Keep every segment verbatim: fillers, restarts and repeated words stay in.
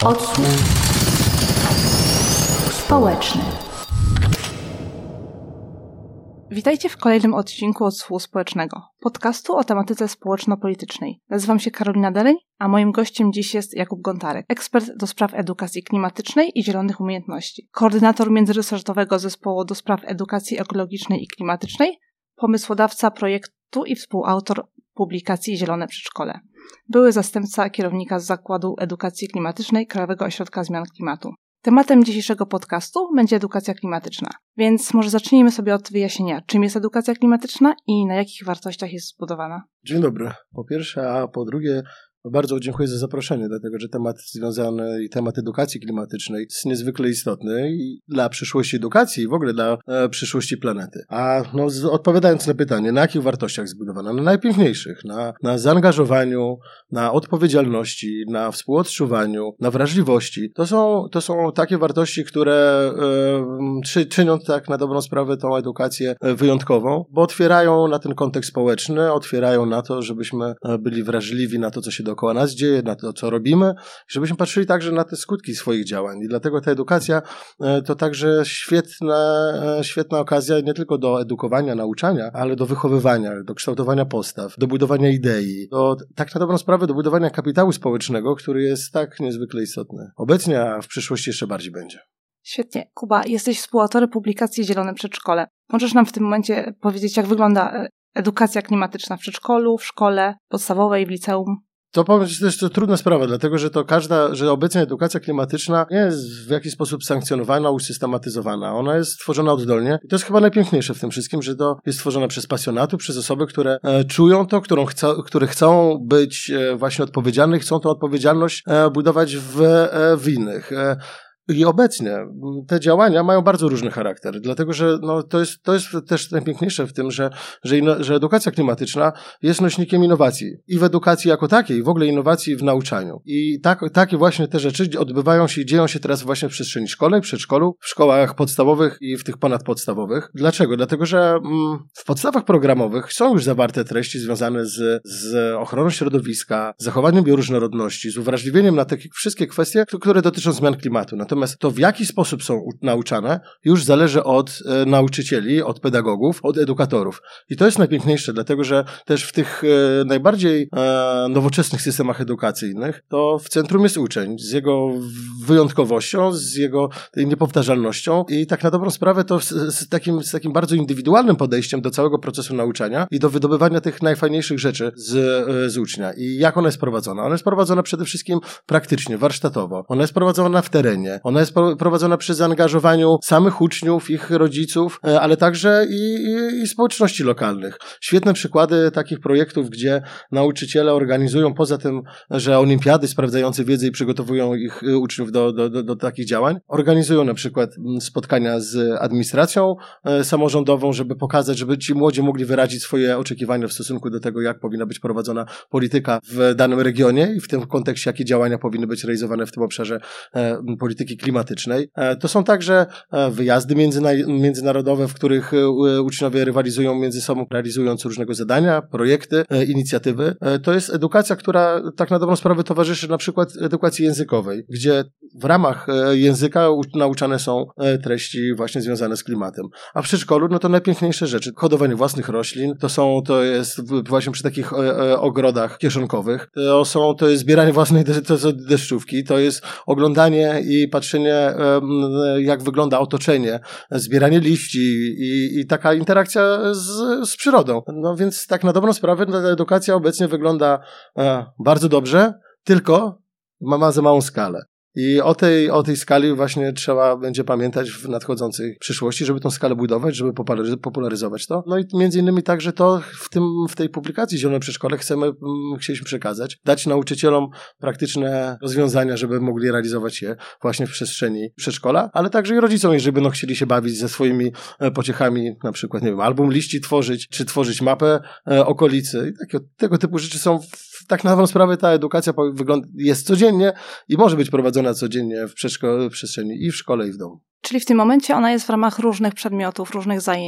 Odsłuch społeczny. Witajcie w kolejnym odcinku Odsłuchu Społecznego, podcastu o tematyce społeczno-politycznej. Nazywam się Karolina Deleń, a moim gościem dziś jest Jakub Gontarek, ekspert do spraw edukacji klimatycznej i zielonych umiejętności, koordynator międzyresortowego zespołu do spraw edukacji ekologicznej i klimatycznej, pomysłodawca projektu i współautor publikacji Zielone Przedszkole. Były zastępca kierownika z Zakładu Edukacji Klimatycznej Krajowego Ośrodka Zmian Klimatu. Tematem dzisiejszego podcastu będzie edukacja klimatyczna, więc może zacznijmy sobie od wyjaśnienia, czym jest edukacja klimatyczna i na jakich wartościach jest zbudowana. Dzień dobry, po pierwsze, a po drugie bardzo dziękuję za zaproszenie, dlatego że temat związany i temat edukacji klimatycznej jest niezwykle istotny i dla przyszłości edukacji i w ogóle dla e, przyszłości planety. A no, z, odpowiadając na pytanie, na jakich wartościach zbudowana? Na najpiękniejszych, na, na zaangażowaniu, na odpowiedzialności, na współodczuwaniu, na wrażliwości. To są, to są takie wartości, które e, czy, czynią tak na dobrą sprawę tą edukację wyjątkową, bo otwierają na ten kontekst społeczny, otwierają na to, żebyśmy byli wrażliwi na to, co się dookoła koło nas dzieje, na to, co robimy, żebyśmy patrzyli także na te skutki swoich działań. I dlatego ta edukacja to także świetna, świetna okazja nie tylko do edukowania, nauczania, ale do wychowywania, do kształtowania postaw, do budowania idei, do, tak na dobrą sprawę, do budowania kapitału społecznego, który jest tak niezwykle istotny. Obecnie, a w przyszłości jeszcze bardziej będzie. Świetnie. Kuba, jesteś współautorem publikacji Zielone Przedszkole. Możesz nam w tym momencie powiedzieć, jak wygląda edukacja klimatyczna w przedszkolu, w szkole podstawowej, w liceum? To powiem, że to jest to trudna sprawa, dlatego że to każda, że obecna edukacja klimatyczna nie jest w jakiś sposób sankcjonowana, usystematyzowana. Ona jest tworzona oddolnie i to jest chyba najpiękniejsze w tym wszystkim, że to jest tworzona przez pasjonatów, przez osoby, które e, czują to, którą chcą, które chcą być e, właśnie odpowiedzialne, chcą tą odpowiedzialność e, budować w, e, w innych. E, I obecnie te działania mają bardzo różny charakter, dlatego że no, to jest, to jest też najpiękniejsze w tym, że, że, ino, że edukacja klimatyczna jest nośnikiem innowacji i w edukacji jako takiej, i w ogóle innowacji w nauczaniu. I tak, takie właśnie te rzeczy odbywają się i dzieją się teraz właśnie w przestrzeni szkolnej, w przedszkolu, w szkołach podstawowych i w tych ponadpodstawowych. Dlaczego? Dlatego, że mm, w podstawach programowych są już zawarte treści związane z, z ochroną środowiska, z zachowaniem bioróżnorodności, z uwrażliwieniem na te wszystkie kwestie, które dotyczą zmian klimatu. Natomiast to, w jaki sposób są nauczane, już zależy od e, nauczycieli, od pedagogów, od edukatorów. I to jest najpiękniejsze, dlatego że też w tych e, najbardziej e, nowoczesnych systemach edukacyjnych to w centrum jest uczeń z jego wyjątkowością, z jego niepowtarzalnością i tak na dobrą sprawę to z, z, takim, z takim bardzo indywidualnym podejściem do całego procesu nauczania i do wydobywania tych najfajniejszych rzeczy z, e, z ucznia. I jak ona jest prowadzona? Ona jest prowadzona przede wszystkim praktycznie, warsztatowo. Ona jest prowadzona w terenie. Ona jest prowadzona przy zaangażowaniu samych uczniów, ich rodziców, ale także i, i, i społeczności lokalnych. Świetne przykłady takich projektów, gdzie nauczyciele organizują, poza tym, że olimpiady sprawdzające wiedzę i przygotowują ich uczniów do, do, do, do takich działań, organizują na przykład spotkania z administracją samorządową, żeby pokazać, żeby ci młodzi mogli wyrazić swoje oczekiwania w stosunku do tego, jak powinna być prowadzona polityka w danym regionie i w tym kontekście, jakie działania powinny być realizowane w tym obszarze polityki klimatycznej. To są także wyjazdy międzynarodowe, w których uczniowie rywalizują między sobą, realizując różnego zadania, projekty, inicjatywy. To jest edukacja, która tak na dobrą sprawę towarzyszy na przykład edukacji językowej, gdzie w ramach języka nauczane są treści właśnie związane z klimatem. A w przedszkolu, no to najpiękniejsze rzeczy. Hodowanie własnych roślin, to są, to jest właśnie przy takich ogrodach kieszonkowych, to są, to jest zbieranie własnej deszczówki, to jest oglądanie i patrzenie, jak wygląda otoczenie, zbieranie liści i, i taka interakcja z, z przyrodą. No więc tak na dobrą sprawę ta edukacja obecnie wygląda e, bardzo dobrze, tylko ma, ma za małą skalę. I o tej, o tej skali właśnie trzeba będzie pamiętać w nadchodzącej przyszłości, żeby tą skalę budować, żeby popularyzować to. No i między innymi także to w tym, w tej publikacji Zielone Przedszkole chcemy, chcieliśmy przekazać, dać nauczycielom praktyczne rozwiązania, żeby mogli realizować je właśnie w przestrzeni przedszkola, ale także i rodzicom, jeżeli będą chcieli się bawić ze swoimi pociechami, na przykład, nie wiem, album liści tworzyć, czy tworzyć mapę okolicy. I takie, tego typu rzeczy są, w, tak na dobrą sprawę ta edukacja wygląda, jest codziennie i może być prowadzona codziennie w, przedszko- w przestrzeni i w szkole, i w domu. Czyli w tym momencie ona jest w ramach różnych przedmiotów, różnych zajęć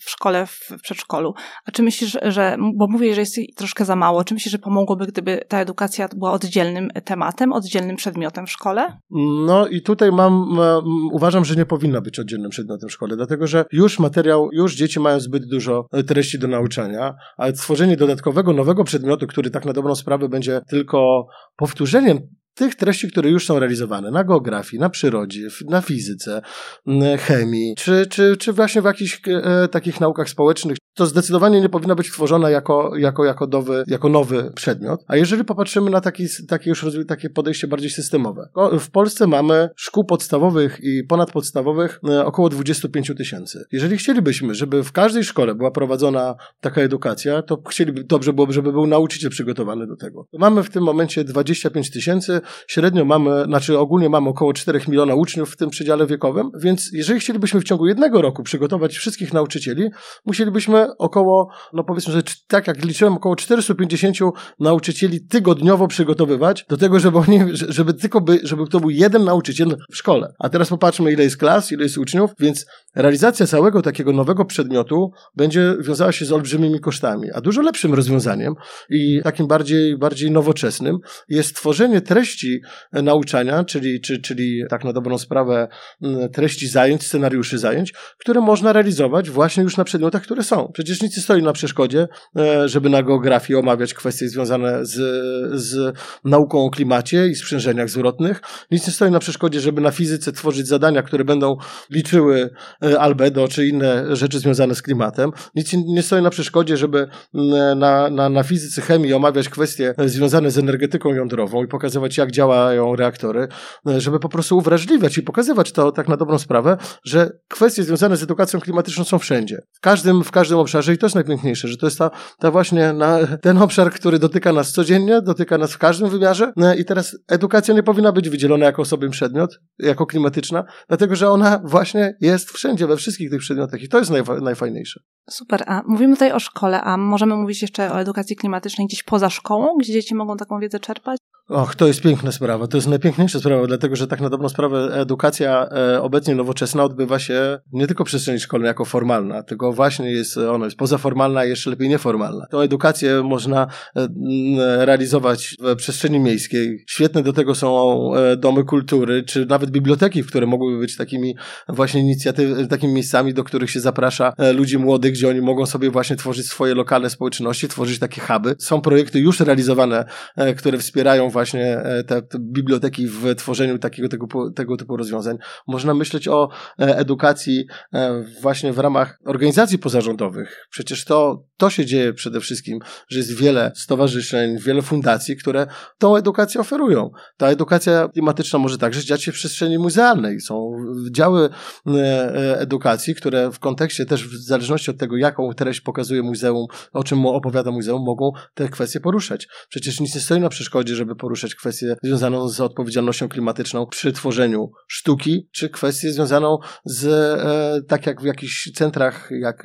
w szkole, w przedszkolu. A czy myślisz, że, bo mówię, że jest troszkę za mało, czy myślisz, że pomogłoby, gdyby ta edukacja była oddzielnym tematem, oddzielnym przedmiotem w szkole? No i tutaj mam, uważam, że nie powinna być oddzielnym przedmiotem w szkole, dlatego że już materiał, już dzieci mają zbyt dużo treści do nauczania, a stworzenie dodatkowego, nowego przedmiotu, który tak na dobrą sprawę będzie tylko powtórzeniem tych treści, które już są realizowane na geografii, na przyrodzie, na fizyce, chemii, czy, czy, czy właśnie w jakichś e, takich naukach społecznych, to zdecydowanie nie powinna być tworzona jako, jako, jako, nowy, jako nowy przedmiot. A jeżeli popatrzymy na taki, takie już rozwój, takie podejście bardziej systemowe. W Polsce mamy szkół podstawowych i ponadpodstawowych około dwadzieścia pięć tysięcy. Jeżeli chcielibyśmy, żeby w każdej szkole była prowadzona taka edukacja, to chcieliby, dobrze byłoby, żeby był nauczyciel przygotowany do tego. Mamy w tym momencie dwadzieścia pięć tysięcy, średnio mamy, znaczy ogólnie mamy około czterech miliona uczniów w tym przedziale wiekowym, więc jeżeli chcielibyśmy w ciągu jednego roku przygotować wszystkich nauczycieli, musielibyśmy około, no powiedzmy, że tak jak liczyłem, około czterysta pięćdziesiąt nauczycieli tygodniowo przygotowywać do tego, żeby oni, żeby tylko by, żeby to był jeden nauczyciel w szkole. A teraz popatrzmy, ile jest klas, ile jest uczniów, więc realizacja całego takiego nowego przedmiotu będzie wiązała się z olbrzymimi kosztami. A dużo lepszym rozwiązaniem i takim bardziej, bardziej nowoczesnym jest tworzenie treści nauczania, czyli, czy, czyli tak na dobrą sprawę treści zajęć, scenariuszy zajęć, które można realizować właśnie już na przedmiotach, które są. Przecież nic nie stoi na przeszkodzie, żeby na geografii omawiać kwestie związane z, z nauką o klimacie i sprzężeniach zwrotnych. Nic nie stoi na przeszkodzie, żeby na fizyce tworzyć zadania, które będą liczyły albedo czy inne rzeczy związane z klimatem. Nic nie stoi na przeszkodzie, żeby na, na, na fizyce chemii omawiać kwestie związane z energetyką jądrową i pokazywać, jak działają reaktory, żeby po prostu uwrażliwiać i pokazywać to tak na dobrą sprawę, że kwestie związane z edukacją klimatyczną są wszędzie. W każdym, w każdym obszarze i to jest najpiękniejsze, że to jest ta, ta właśnie na, ten obszar, który dotyka nas codziennie, dotyka nas w każdym wymiarze i teraz edukacja nie powinna być wydzielona jako osobny przedmiot, jako klimatyczna, dlatego, że ona właśnie jest wszędzie, we wszystkich tych przedmiotach i to jest najfa- najfajniejsze. Super, a mówimy tutaj o szkole, a możemy mówić jeszcze o edukacji klimatycznej gdzieś poza szkołą, gdzie dzieci mogą taką wiedzę czerpać? Och, to jest piękna sprawa, to jest najpiękniejsza sprawa, dlatego, że tak na dobrą sprawę edukacja e, obecnie nowoczesna odbywa się nie tylko w przestrzeni szkolnej jako formalna, tylko właśnie jest ona jest pozaformalna, a jeszcze lepiej nieformalna. Tą edukację można e, realizować w przestrzeni miejskiej. Świetne do tego są e, domy kultury, czy nawet biblioteki, które mogłyby być takimi właśnie inicjatyw, takimi miejscami, do których się zaprasza e, ludzi młodych, gdzie oni mogą sobie właśnie tworzyć swoje lokalne społeczności, tworzyć takie huby. Są projekty już realizowane, e, które wspierają właśnie te, te biblioteki w tworzeniu takiego tego, tego typu rozwiązań. Można myśleć o edukacji właśnie w ramach organizacji pozarządowych. Przecież to, to się dzieje przede wszystkim, że jest wiele stowarzyszeń, wiele fundacji, które tą edukację oferują. Ta edukacja klimatyczna może także dziać się w przestrzeni muzealnej. Są działy edukacji, które w kontekście też w zależności od tego, jaką treść pokazuje muzeum, o czym opowiada muzeum, mogą te kwestie poruszać. Przecież nic nie stoi na przeszkodzie, żeby poruszać kwestię związaną z odpowiedzialnością klimatyczną przy tworzeniu sztuki, czy kwestię związaną z, e, tak jak w jakichś centrach, jak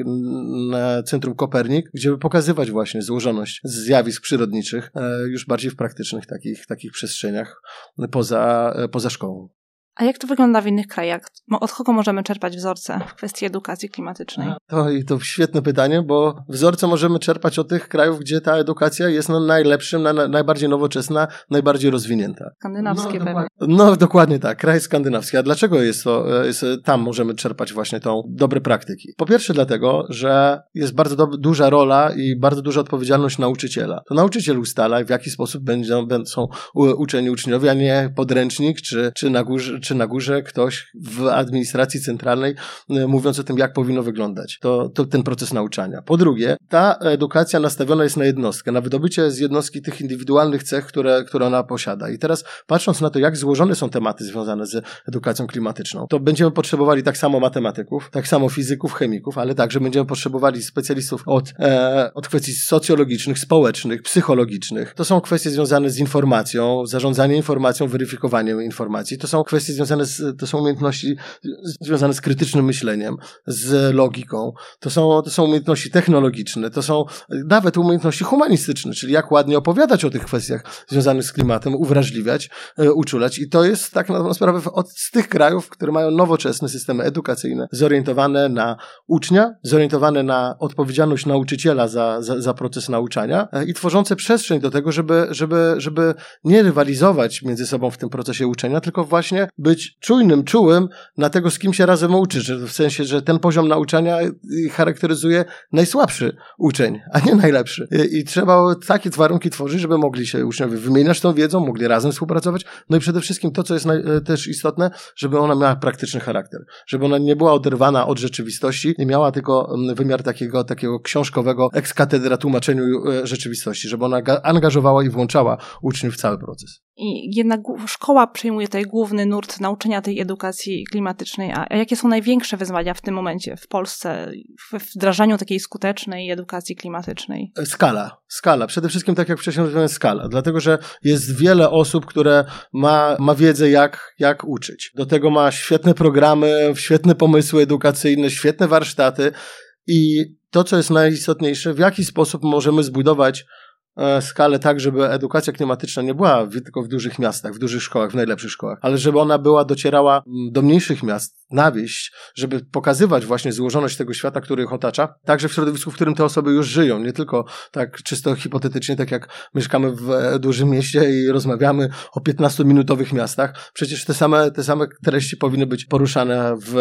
na Centrum Kopernik, gdzie by pokazywać właśnie złożoność zjawisk przyrodniczych, e, już bardziej w praktycznych takich, takich przestrzeniach poza, e, poza szkołą. A jak to wygląda w innych krajach? Od kogo możemy czerpać wzorce w kwestii edukacji klimatycznej? To, i to świetne pytanie, bo wzorce możemy czerpać od tych krajów, gdzie ta edukacja jest no najlepszym, na, na, najbardziej nowoczesna, najbardziej rozwinięta. Skandynawskie no, pewnie. No dokładnie tak, kraj skandynawski. A dlaczego jest to, jest, tam możemy czerpać właśnie tą dobre praktyki? Po pierwsze dlatego, że jest bardzo do, duża rola i bardzo duża odpowiedzialność nauczyciela. To nauczyciel ustala, w jaki sposób będą, będą uczeni uczniowie, a nie podręcznik, czy, czy na górze czy na górze ktoś w administracji centralnej mówiąc o tym, jak powinno wyglądać to, to ten proces nauczania. Po drugie, ta edukacja nastawiona jest na jednostkę, na wydobycie z jednostki tych indywidualnych cech, które, które ona posiada. I teraz patrząc na to, jak złożone są tematy związane z edukacją klimatyczną, to będziemy potrzebowali tak samo matematyków, tak samo fizyków, chemików, ale także będziemy potrzebowali specjalistów od, e, od kwestii socjologicznych, społecznych, psychologicznych. To są kwestie związane z informacją, zarządzaniem informacją, weryfikowaniem informacji. To są kwestie związane z, to są umiejętności związane z krytycznym myśleniem, z logiką, to są, to są umiejętności technologiczne, to są nawet umiejętności humanistyczne, czyli jak ładnie opowiadać o tych kwestiach związanych z klimatem, uwrażliwiać, e, uczulać i to jest tak na sprawę od, z tych krajów, które mają nowoczesne systemy edukacyjne, zorientowane na ucznia, zorientowane na odpowiedzialność nauczyciela za, za, za proces nauczania e, i tworzące przestrzeń do tego, żeby, żeby, żeby nie rywalizować między sobą w tym procesie uczenia, tylko właśnie być czujnym, czułym na tego, z kim się razem uczy, że w sensie, że ten poziom nauczania charakteryzuje najsłabszy uczeń, a nie najlepszy. I, i trzeba takie warunki tworzyć, żeby mogli się uczniowie wymieniać tą wiedzą, mogli razem współpracować, no i przede wszystkim to, co jest naj, też istotne, żeby ona miała praktyczny charakter, żeby ona nie była oderwana od rzeczywistości, nie miała tylko wymiar takiego, takiego książkowego ex cathedra tłumaczeniu rzeczywistości, żeby ona angażowała i włączała uczniów w cały proces. I jednak szkoła przejmuje tutaj główny nurt nauczenia tej edukacji klimatycznej. A jakie są największe wyzwania w tym momencie w Polsce w wdrażaniu takiej skutecznej edukacji klimatycznej? Skala. Skala. Przede wszystkim, tak jak wcześniej mówiłem, skala. Dlatego, że jest wiele osób, które ma, ma wiedzę, jak, jak uczyć. Do tego ma świetne programy, świetne pomysły edukacyjne, świetne warsztaty i to, co jest najistotniejsze, w jaki sposób możemy zbudować skalę tak, żeby edukacja klimatyczna nie była tylko w dużych miastach, w dużych szkołach, w najlepszych szkołach, ale żeby ona była, docierała do mniejszych miast, na wieś, żeby pokazywać właśnie złożoność tego świata, który ich otacza, także w środowisku, w którym te osoby już żyją, nie tylko tak czysto hipotetycznie, tak jak mieszkamy w dużym mieście i rozmawiamy o piętnastominutowych miastach. Przecież te same, te same treści powinny być poruszane w,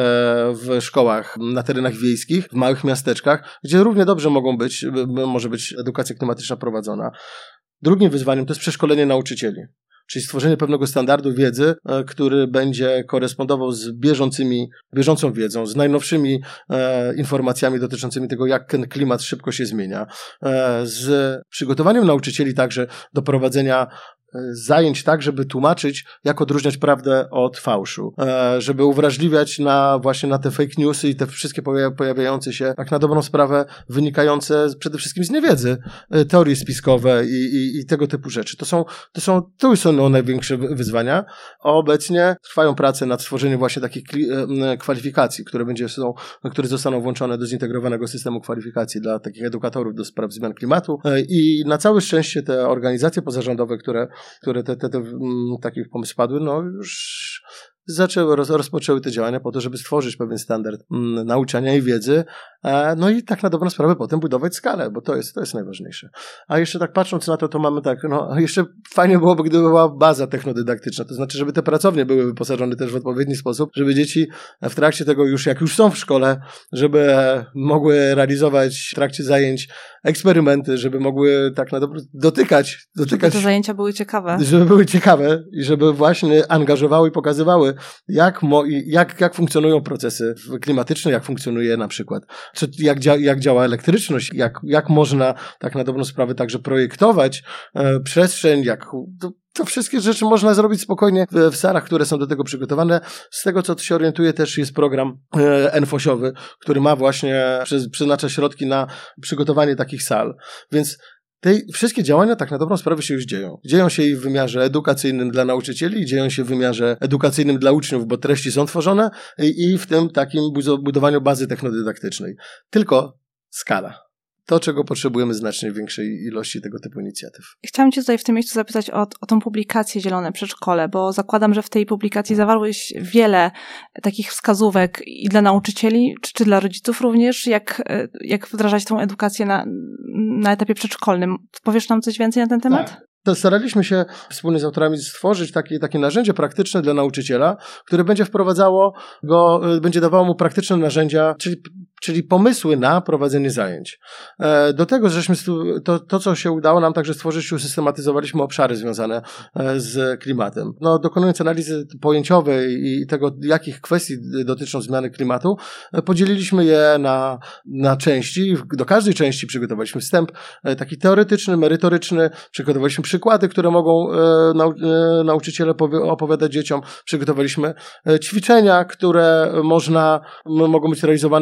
w szkołach na terenach wiejskich, w małych miasteczkach, gdzie równie dobrze mogą być, może być edukacja klimatyczna prowadzona. Drugim wyzwaniem to jest przeszkolenie nauczycieli. Czyli stworzenie pewnego standardu wiedzy, który będzie korespondował z bieżącymi, bieżącą wiedzą, z najnowszymi e, informacjami dotyczącymi tego, jak ten klimat szybko się zmienia, e, z przygotowaniem nauczycieli także do prowadzenia zajęć tak, żeby tłumaczyć, jak odróżniać prawdę od fałszu, e, żeby uwrażliwiać na właśnie na te fake newsy i te wszystkie pojawiające się, tak na dobrą sprawę, wynikające przede wszystkim z niewiedzy, e, teorie spiskowe i, i, i tego typu rzeczy. To są, to są, to już są no, największe wyzwania. Obecnie trwają prace nad stworzeniem właśnie takich e, kwalifikacji, które będzie, są, które zostaną włączone do zintegrowanego systemu kwalifikacji dla takich edukatorów do spraw zmian klimatu e, i na całe szczęście te organizacje pozarządowe, które które te, te, te m, takich pomysł padły, no już zaczęły, roz, rozpoczęły te działania po to, żeby stworzyć pewien standard m, nauczania i wiedzy, e, no i tak na dobrą sprawę potem budować skalę, bo to jest, to jest najważniejsze. A jeszcze tak patrząc na to, to mamy tak, no jeszcze fajnie byłoby, gdyby była baza technodydaktyczna, to znaczy, żeby te pracownie były wyposażone też w odpowiedni sposób, żeby dzieci w trakcie tego już, jak już są w szkole, żeby mogły realizować w trakcie zajęć eksperymenty, żeby mogły tak na dobrą dotykać, dotykać. Żeby te zajęcia były ciekawe. Żeby były ciekawe i żeby właśnie angażowały i pokazywały, jak, mo, jak, jak funkcjonują procesy klimatyczne, jak funkcjonuje na przykład, czy jak, dzia, jak działa elektryczność, jak, jak można tak na dobrą sprawę także projektować e, przestrzeń, jak to, to wszystkie rzeczy można zrobić spokojnie w, w salach, które są do tego przygotowane. Z tego, co się orientuję, też jest program e, enfosiowy, który ma właśnie, przy, przeznacza środki na przygotowanie takich sal. Więc te wszystkie działania tak na dobrą sprawę się już dzieją. Dzieją się i w wymiarze edukacyjnym dla nauczycieli, i dzieją się w wymiarze edukacyjnym dla uczniów, bo treści są tworzone i, i w tym takim budowaniu bazy technodydaktycznej. Tylko skala. To, czego potrzebujemy znacznie większej ilości tego typu inicjatyw. Chciałam Cię tutaj w tym miejscu zapytać o, o tą publikację Zielone Przedszkole, bo zakładam, że w tej publikacji zawarłeś wiele takich wskazówek i dla nauczycieli, czy, czy dla rodziców również, jak, jak wdrażać tą edukację na, na etapie przedszkolnym. Powiesz nam coś więcej na ten temat? Tak. To staraliśmy się wspólnie z autorami stworzyć takie, takie narzędzie praktyczne dla nauczyciela, które będzie wprowadzało go, będzie dawało mu praktyczne narzędzia, czyli, czyli pomysły na prowadzenie zajęć. Do tego, żeśmy to, to, co się udało nam także stworzyć, usystematyzowaliśmy obszary związane z klimatem. No, dokonując analizy pojęciowej i tego, jakich kwestii dotyczą zmiany klimatu, podzieliliśmy je na, na części. Do każdej części przygotowaliśmy wstęp taki teoretyczny, merytoryczny, przygotowaliśmy przykłady, które mogą e, nau, e, nauczyciele powie, opowiadać dzieciom. Przygotowaliśmy e, ćwiczenia, które można, m, mogą być realizowane właśnie przy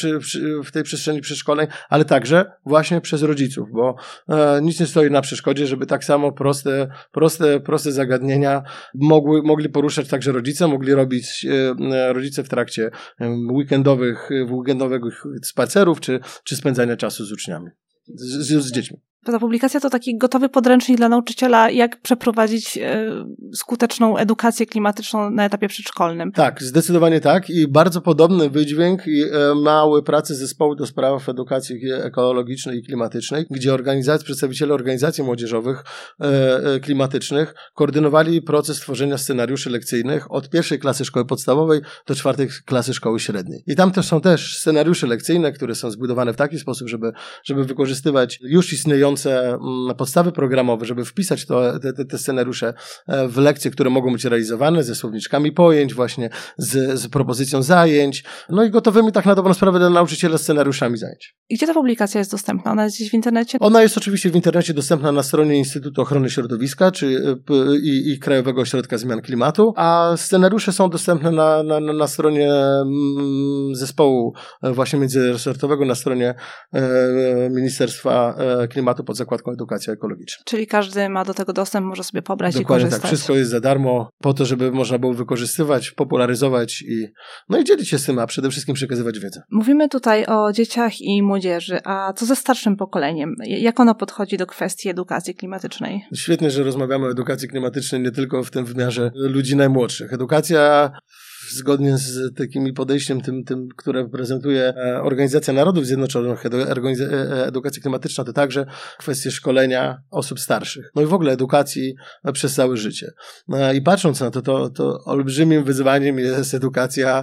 przy, przy, w tej przestrzeni przedszkolnej, ale także właśnie przez rodziców, bo e, nic nie stoi na przeszkodzie, żeby tak samo proste, proste, proste zagadnienia mogły, mogli poruszać także rodzice, mogli robić e, rodzice w trakcie e, weekendowych, weekendowych spacerów, czy, czy spędzania czasu z uczniami, z, z, z dziećmi. Ta publikacja to taki gotowy podręcznik dla nauczyciela, jak przeprowadzić e, skuteczną edukację klimatyczną na etapie przedszkolnym. Tak, zdecydowanie tak i bardzo podobny wydźwięk i, e, mały pracy zespołu do spraw edukacji ekologicznej i klimatycznej, gdzie organizac- przedstawiciele organizacji młodzieżowych e, e, klimatycznych koordynowali proces tworzenia scenariuszy lekcyjnych od pierwszej klasy szkoły podstawowej do czwartej klasy szkoły średniej. I tam też są też scenariusze lekcyjne, które są zbudowane w taki sposób, żeby, żeby wykorzystywać już istniejące podstawy programowe, żeby wpisać to, te, te scenariusze w lekcje, które mogą być realizowane ze słowniczkami pojęć, właśnie z, z propozycją zajęć, no i gotowymi tak na dobrą sprawę dla nauczyciela scenariuszami zajęć. I gdzie ta publikacja jest dostępna? Ona jest gdzieś w internecie? Ona jest oczywiście w internecie dostępna na stronie Instytutu Ochrony Środowiska czy, i, i Krajowego Ośrodka Zmian Klimatu, a scenariusze są dostępne na, na, na stronie zespołu właśnie międzyresortowego, na stronie e, Ministerstwa Klimatu pod zakładką Edukacja Ekologiczna. Czyli każdy ma do tego dostęp, może sobie pobrać Dokładnie i korzystać. Tak, wszystko jest za darmo po to, żeby można było wykorzystywać, popularyzować i, no i dzielić się z tym, a przede wszystkim przekazywać wiedzę. Mówimy tutaj o dzieciach i młodzieży, a co ze starszym pokoleniem? Jak ono podchodzi do kwestii edukacji klimatycznej? Świetnie, że rozmawiamy o edukacji klimatycznej nie tylko w tym wymiarze ludzi najmłodszych. Edukacja zgodnie z takim podejściem, tym, tym, które prezentuje Organizacja Narodów Zjednoczonych, edukacja klimatyczna, to także kwestie szkolenia osób starszych. No i w ogóle edukacji przez całe życie. I patrząc na to, to, to olbrzymim wyzwaniem jest edukacja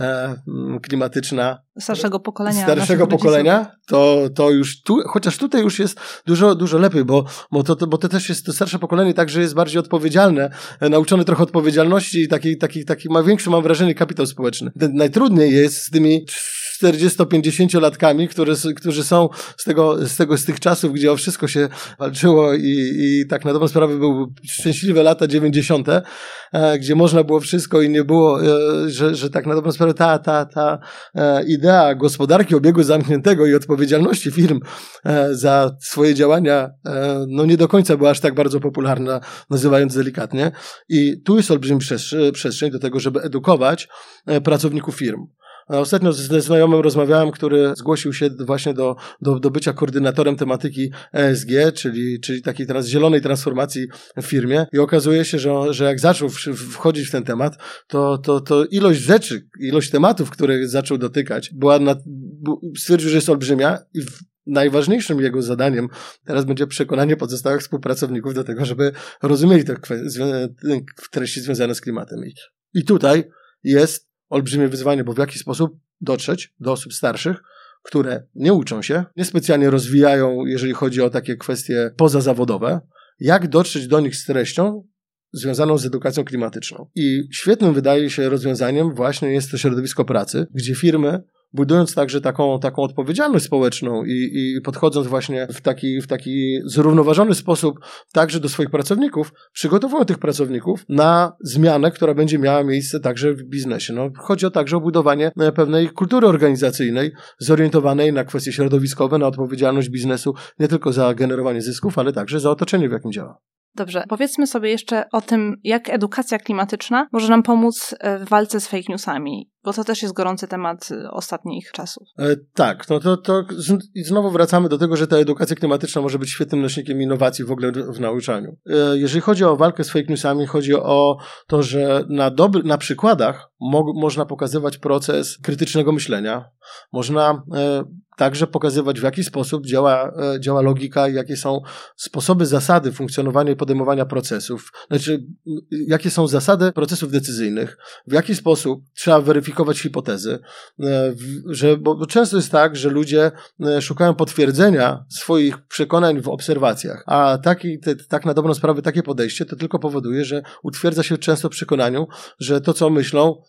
klimatyczna starszego pokolenia. Starszego pokolenia, to, to już tu, chociaż tutaj już jest dużo, dużo lepiej, bo, bo, to, bo to też jest, to starsze pokolenie także jest bardziej odpowiedzialne, nauczone trochę odpowiedzialności i taki, taki, taki ma większy, mam wrażenie, kapitał społeczny. Najtrudniej jest z tymi czterdziesto-pięćdziesięciolatkami, które, którzy są z tego, z tego, z tych czasów, gdzie o wszystko się walczyło i, i tak na dobrą sprawę były szczęśliwe lata dziewięćdziesiąte, gdzie można było wszystko i nie było, że, że tak na dobrą sprawę ta, ta, ta idea gospodarki obiegu zamkniętego i odpowiedzialności firm za swoje działania, no nie do końca była aż tak bardzo popularna, nazywając delikatnie. I tu jest olbrzymi przestrzeń do tego, żeby edukować pracowników firm. Ostatnio ze znajomym rozmawiałem, który zgłosił się właśnie do, do, do bycia koordynatorem tematyki E S G, czyli, czyli takiej teraz zielonej transformacji w firmie i okazuje się, że, że jak zaczął wchodzić w ten temat, to, to, to ilość rzeczy, ilość tematów, które zaczął dotykać, była na, stwierdził, że jest olbrzymia i w, najważniejszym jego zadaniem teraz będzie przekonanie pozostałych współpracowników do tego, żeby rozumieli te treści związane z klimatem. I, i tutaj jest olbrzymie wyzwanie, bo w jaki sposób dotrzeć do osób starszych, które nie uczą się, niespecjalnie rozwijają, jeżeli chodzi o takie kwestie pozazawodowe, jak dotrzeć do nich z treścią związaną z edukacją klimatyczną. I świetnym wydaje się rozwiązaniem właśnie jest to środowisko pracy, gdzie firmy, budując także taką, taką odpowiedzialność społeczną i, i podchodząc właśnie w taki, w taki zrównoważony sposób także do swoich pracowników, przygotowują tych pracowników na zmianę, która będzie miała miejsce także w biznesie. No, chodzi o także o budowanie pewnej kultury organizacyjnej zorientowanej na kwestie środowiskowe, na odpowiedzialność biznesu, nie tylko za generowanie zysków, ale także za otoczenie, w jakim działa. Dobrze, powiedzmy sobie jeszcze o tym, jak edukacja klimatyczna może nam pomóc w walce z fake newsami, bo to też jest gorący temat ostatnich czasów. E, tak, no to, to z, i znowu wracamy do tego, że ta edukacja klimatyczna może być świetnym nośnikiem innowacji w ogóle w nauczaniu. E, jeżeli chodzi o walkę z fake newsami, chodzi o to, że na, dobry, na przykładach mo, można pokazywać proces krytycznego myślenia, można e, także pokazywać, w jaki sposób działa, e, działa logika i jakie są sposoby, zasady funkcjonowania i podejmowania procesów, znaczy jakie są zasady procesów decyzyjnych, w jaki sposób trzeba weryfikować hipotezy, e, w, że, bo często jest tak, że ludzie e, szukają potwierdzenia swoich przekonań w obserwacjach, a taki, te, tak na dobrą sprawę takie podejście to tylko powoduje, że utwierdza się często w przekonaniu, że to, co myślą,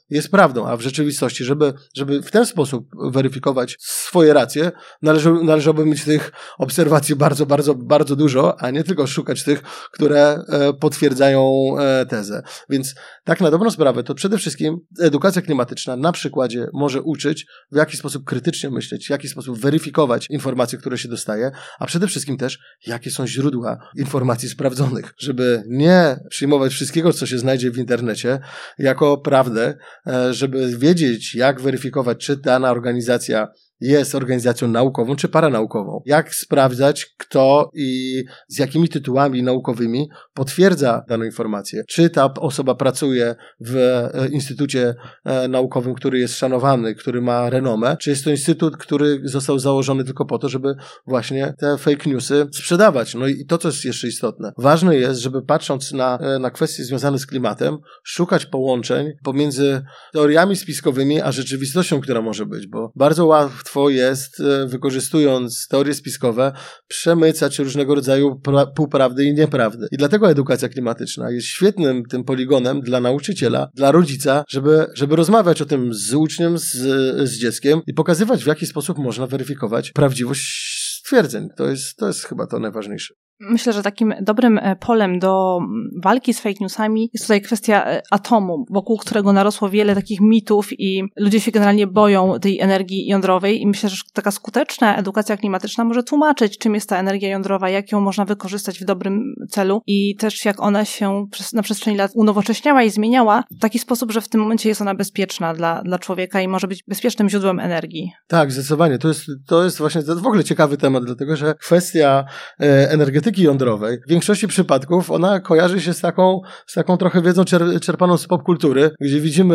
jest prawdą, a w rzeczywistości, żeby, żeby w ten sposób weryfikować swoje racje, należy, należałoby mieć tych obserwacji bardzo, bardzo, bardzo dużo, a nie tylko szukać tych, które e, potwierdzają e, tezę. Więc tak na dobrą sprawę, to przede wszystkim edukacja klimatyczna na przykładzie może uczyć, w jaki sposób krytycznie myśleć, w jaki sposób weryfikować informacje, które się dostaje, a przede wszystkim też, jakie są źródła informacji sprawdzonych, żeby nie przyjmować wszystkiego, co się znajdzie w internecie, jako prawdę, żeby wiedzieć, jak weryfikować, czy dana organizacja jest organizacją naukową czy paranaukową. Jak sprawdzać, kto i z jakimi tytułami naukowymi potwierdza daną informację. Czy ta osoba pracuje w instytucie naukowym, który jest szanowany, który ma renomę, czy jest to instytut, który został założony tylko po to, żeby właśnie te fake newsy sprzedawać. No i to, co jest jeszcze istotne. Ważne jest, żeby patrząc na, na kwestie związane z klimatem, szukać połączeń pomiędzy teoriami spiskowymi, a rzeczywistością, która może być, bo bardzo łatwo jest, wykorzystując teorie spiskowe, przemycać różnego rodzaju pra- półprawdy i nieprawdy. I dlatego edukacja klimatyczna jest świetnym tym poligonem dla nauczyciela, dla rodzica, żeby, żeby rozmawiać o tym z uczniem, z, z dzieckiem i pokazywać, w jaki sposób można weryfikować prawdziwość stwierdzeń. To jest, to jest chyba to najważniejsze. Myślę, że takim dobrym polem do walki z fake newsami jest tutaj kwestia atomu, wokół którego narosło wiele takich mitów i ludzie się generalnie boją tej energii jądrowej i myślę, że taka skuteczna edukacja klimatyczna może tłumaczyć, czym jest ta energia jądrowa, jak ją można wykorzystać w dobrym celu i też jak ona się na przestrzeni lat unowocześniała i zmieniała w taki sposób, że w tym momencie jest ona bezpieczna dla, dla człowieka i może być bezpiecznym źródłem energii. Tak, zdecydowanie. To jest, to jest właśnie to jest w ogóle ciekawy temat, dlatego że kwestia e, energetyki jądrowej. W większości przypadków ona kojarzy się z taką, z taką trochę wiedzą czer- czerpaną z popkultury, gdzie widzimy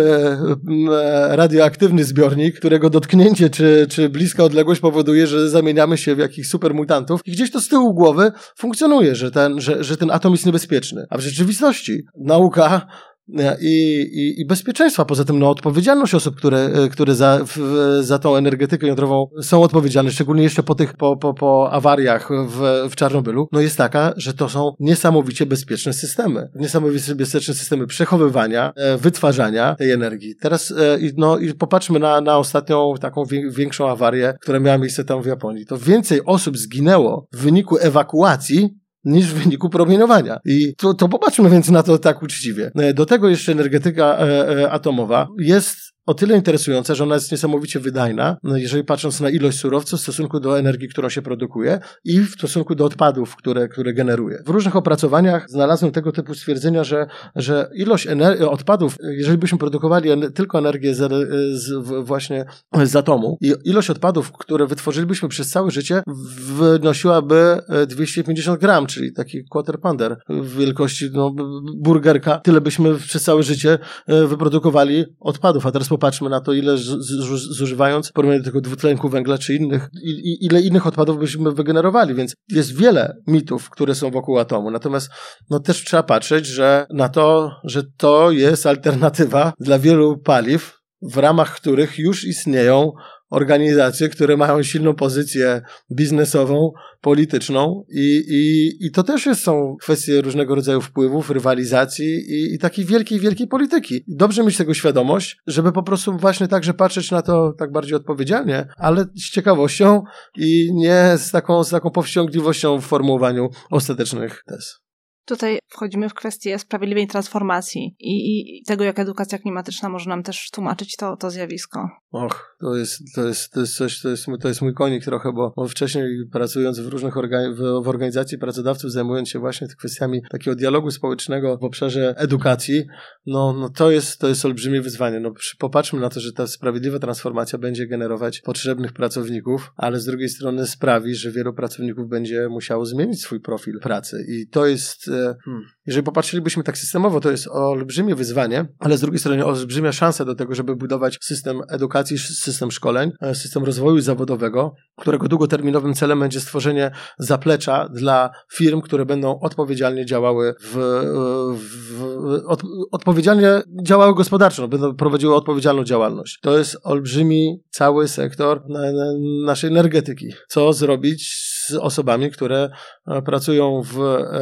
e, radioaktywny zbiornik, którego dotknięcie czy, czy bliska odległość powoduje, że zamieniamy się w jakichś supermutantów i gdzieś to z tyłu głowy funkcjonuje, że ten, że, że ten atom jest niebezpieczny. A w rzeczywistości nauka I, i, i bezpieczeństwa. Poza tym no, odpowiedzialność osób, które, które za, w, za tą energetykę jądrową są odpowiedzialne, szczególnie jeszcze po tych, po, po, po awariach w, w Czarnobylu, no jest taka, że to są niesamowicie bezpieczne systemy. Niesamowicie bezpieczne systemy przechowywania, wytwarzania tej energii. Teraz no, i popatrzmy na, na ostatnią taką większą awarię, która miała miejsce tam w Japonii. To więcej osób zginęło w wyniku ewakuacji niż w wyniku promieniowania. I to, to popatrzmy więc na to tak uczciwie. Do tego jeszcze energetyka e, e, atomowa jest o tyle interesująca, że ona jest niesamowicie wydajna, jeżeli patrząc na ilość surowców w stosunku do energii, którą się produkuje i w stosunku do odpadów, które, które generuje. W różnych opracowaniach znalazłem tego typu stwierdzenia, że, że ilość ener- odpadów, jeżeli byśmy produkowali en- tylko energię z, z, właśnie z atomu i ilość odpadów, które wytworzylibyśmy przez całe życie, wynosiłaby dwieście pięćdziesiąt gram, czyli taki quarter pounder w wielkości no, burgerka. Tyle byśmy przez całe życie wyprodukowali odpadów, a teraz popatrzmy na to, ile z, z, zużywając, w porównaniu do tego dwutlenku węgla czy innych, i, i, ile innych odpadów byśmy wygenerowali, więc jest wiele mitów, które są wokół atomu. Natomiast no, też trzeba patrzeć, że na to, że to jest alternatywa dla wielu paliw, w ramach których już istnieją organizacje, które mają silną pozycję biznesową, polityczną i, i, i to też jest, są kwestie różnego rodzaju wpływów, rywalizacji i, i takiej wielkiej, wielkiej polityki. Dobrze mieć tego świadomość, żeby po prostu właśnie także patrzeć na to tak bardziej odpowiedzialnie, ale z ciekawością i nie z taką, z taką powściągliwością w formułowaniu ostatecznych tez. Tutaj wchodzimy w kwestię sprawiedliwej transformacji i, i tego, jak edukacja klimatyczna może nam też tłumaczyć to, to zjawisko. Och, to jest, to jest, to jest coś, to jest, to jest mój konik trochę, bo, bo wcześniej pracując w różnych organi- w, w organizacji pracodawców, zajmując się właśnie kwestiami takiego dialogu społecznego w obszarze edukacji, no, no to jest, to jest olbrzymie wyzwanie. No, popatrzmy na to, że ta sprawiedliwa transformacja będzie generować potrzebnych pracowników, ale z drugiej strony sprawi, że wielu pracowników będzie musiało zmienić swój profil pracy i to jest Hmm. Jeżeli popatrzylibyśmy tak systemowo, to jest olbrzymie wyzwanie, ale z drugiej strony olbrzymia szansa do tego, żeby budować system edukacji, system szkoleń, system rozwoju zawodowego, którego długoterminowym celem będzie stworzenie zaplecza dla firm, które będą odpowiedzialnie działały w, w, od, odpowiedzialnie działały gospodarczo, będą prowadziły odpowiedzialną działalność. To jest olbrzymi cały sektor na, na naszej energetyki. Co zrobić z osobami, które pracują w,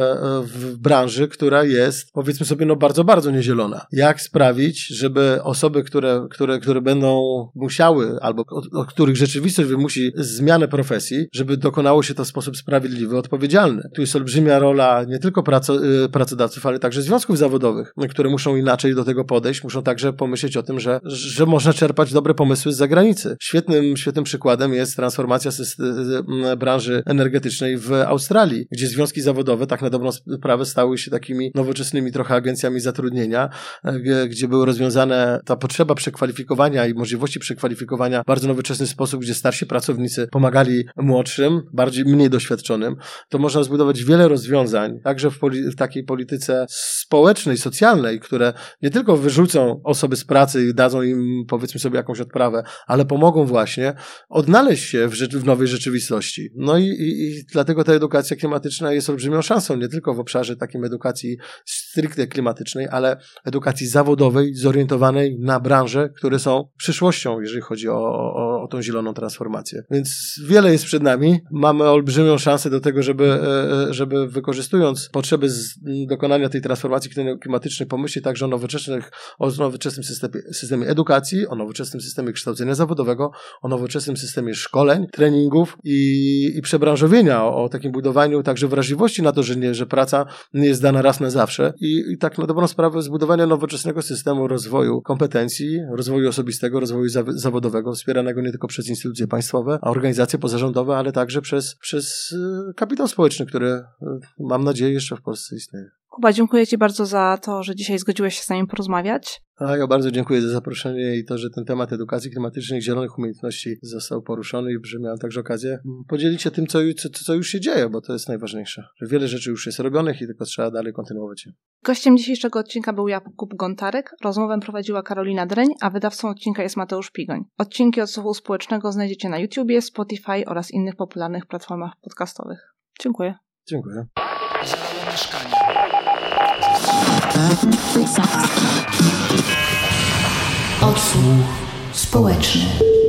w branży, która jest, powiedzmy sobie, no bardzo, bardzo niezielona. Jak sprawić, żeby osoby, które, które, które będą musiały, albo od, od których rzeczywistość wymusi zmianę profesji, żeby dokonało się to w sposób sprawiedliwy, odpowiedzialny. Tu jest olbrzymia rola nie tylko praco, pracodawców, ale także związków zawodowych, które muszą inaczej do tego podejść, muszą także pomyśleć o tym, że, że można czerpać dobre pomysły z zagranicy. Świetnym, świetnym przykładem jest transformacja system, branży energetycznej w Australii, gdzie związki zawodowe tak na dobrą sprawę stały się takimi nowoczesnymi trochę agencjami zatrudnienia, gdzie były rozwiązane ta potrzeba przekwalifikowania i możliwości przekwalifikowania w bardzo nowoczesny sposób, gdzie starsi pracownicy pomagali młodszym, bardziej, mniej doświadczonym. To można zbudować wiele rozwiązań, także w, poli- w takiej polityce społecznej, socjalnej, które nie tylko wyrzucą osoby z pracy i dadzą im, powiedzmy sobie, jakąś odprawę, ale pomogą właśnie odnaleźć się w, rzecz- w nowej rzeczywistości. No i, i, i dlatego ta edukacja klimatyczna jest olbrzymią szansą, nie tylko w obszarze takim edukacji stricte klimatycznej, ale edukacji zawodowej, zorientowanej na branże, które są przyszłością, jeżeli chodzi o, o, o tą zieloną transformację. Więc wiele jest przed nami. Mamy olbrzymią szansę do tego, żeby, żeby wykorzystując potrzeby z dokonania tej transformacji klimatycznej, pomyśleć także o nowoczesnych, o nowoczesnym systemie, systemie edukacji, o nowoczesnym systemie kształcenia zawodowego, o nowoczesnym systemie szkoleń, treningów i, i przebranżowienia, o, o takim budowaniu także wrażliwości na to, że, nie, że praca nie jest dana raz na zawsze i, i tak na dobrą sprawę zbudowania nowoczesnego systemu rozwoju kompetencji, rozwoju osobistego, rozwoju za, zawodowego, wspieranego nie tylko przez instytucje państwowe, a organizacje pozarządowe, ale także przez, przez y, kapitał społeczny, który y, mam nadzieję jeszcze w Polsce istnieje. Kuba, dziękuję Ci bardzo za to, że dzisiaj zgodziłeś się z nami porozmawiać. A ja bardzo dziękuję za zaproszenie i to, że ten temat edukacji klimatycznej, zielonych umiejętności został poruszony i że miałem także okazję podzielić się tym, co, co, co już się dzieje, bo to jest najważniejsze. Że wiele rzeczy już jest robionych i tylko trzeba dalej kontynuować je. Gościem dzisiejszego odcinka był Jakub Gontarek, rozmowę prowadziła Karolina Dreń, a wydawcą odcinka jest Mateusz Pigoń. Odcinki Odsłuchu Społecznego znajdziecie na YouTubie, Spotify oraz innych popularnych platformach podcastowych. Dziękuję. Dziękuję. Zielone mieszkanie. Odsłuch społeczny.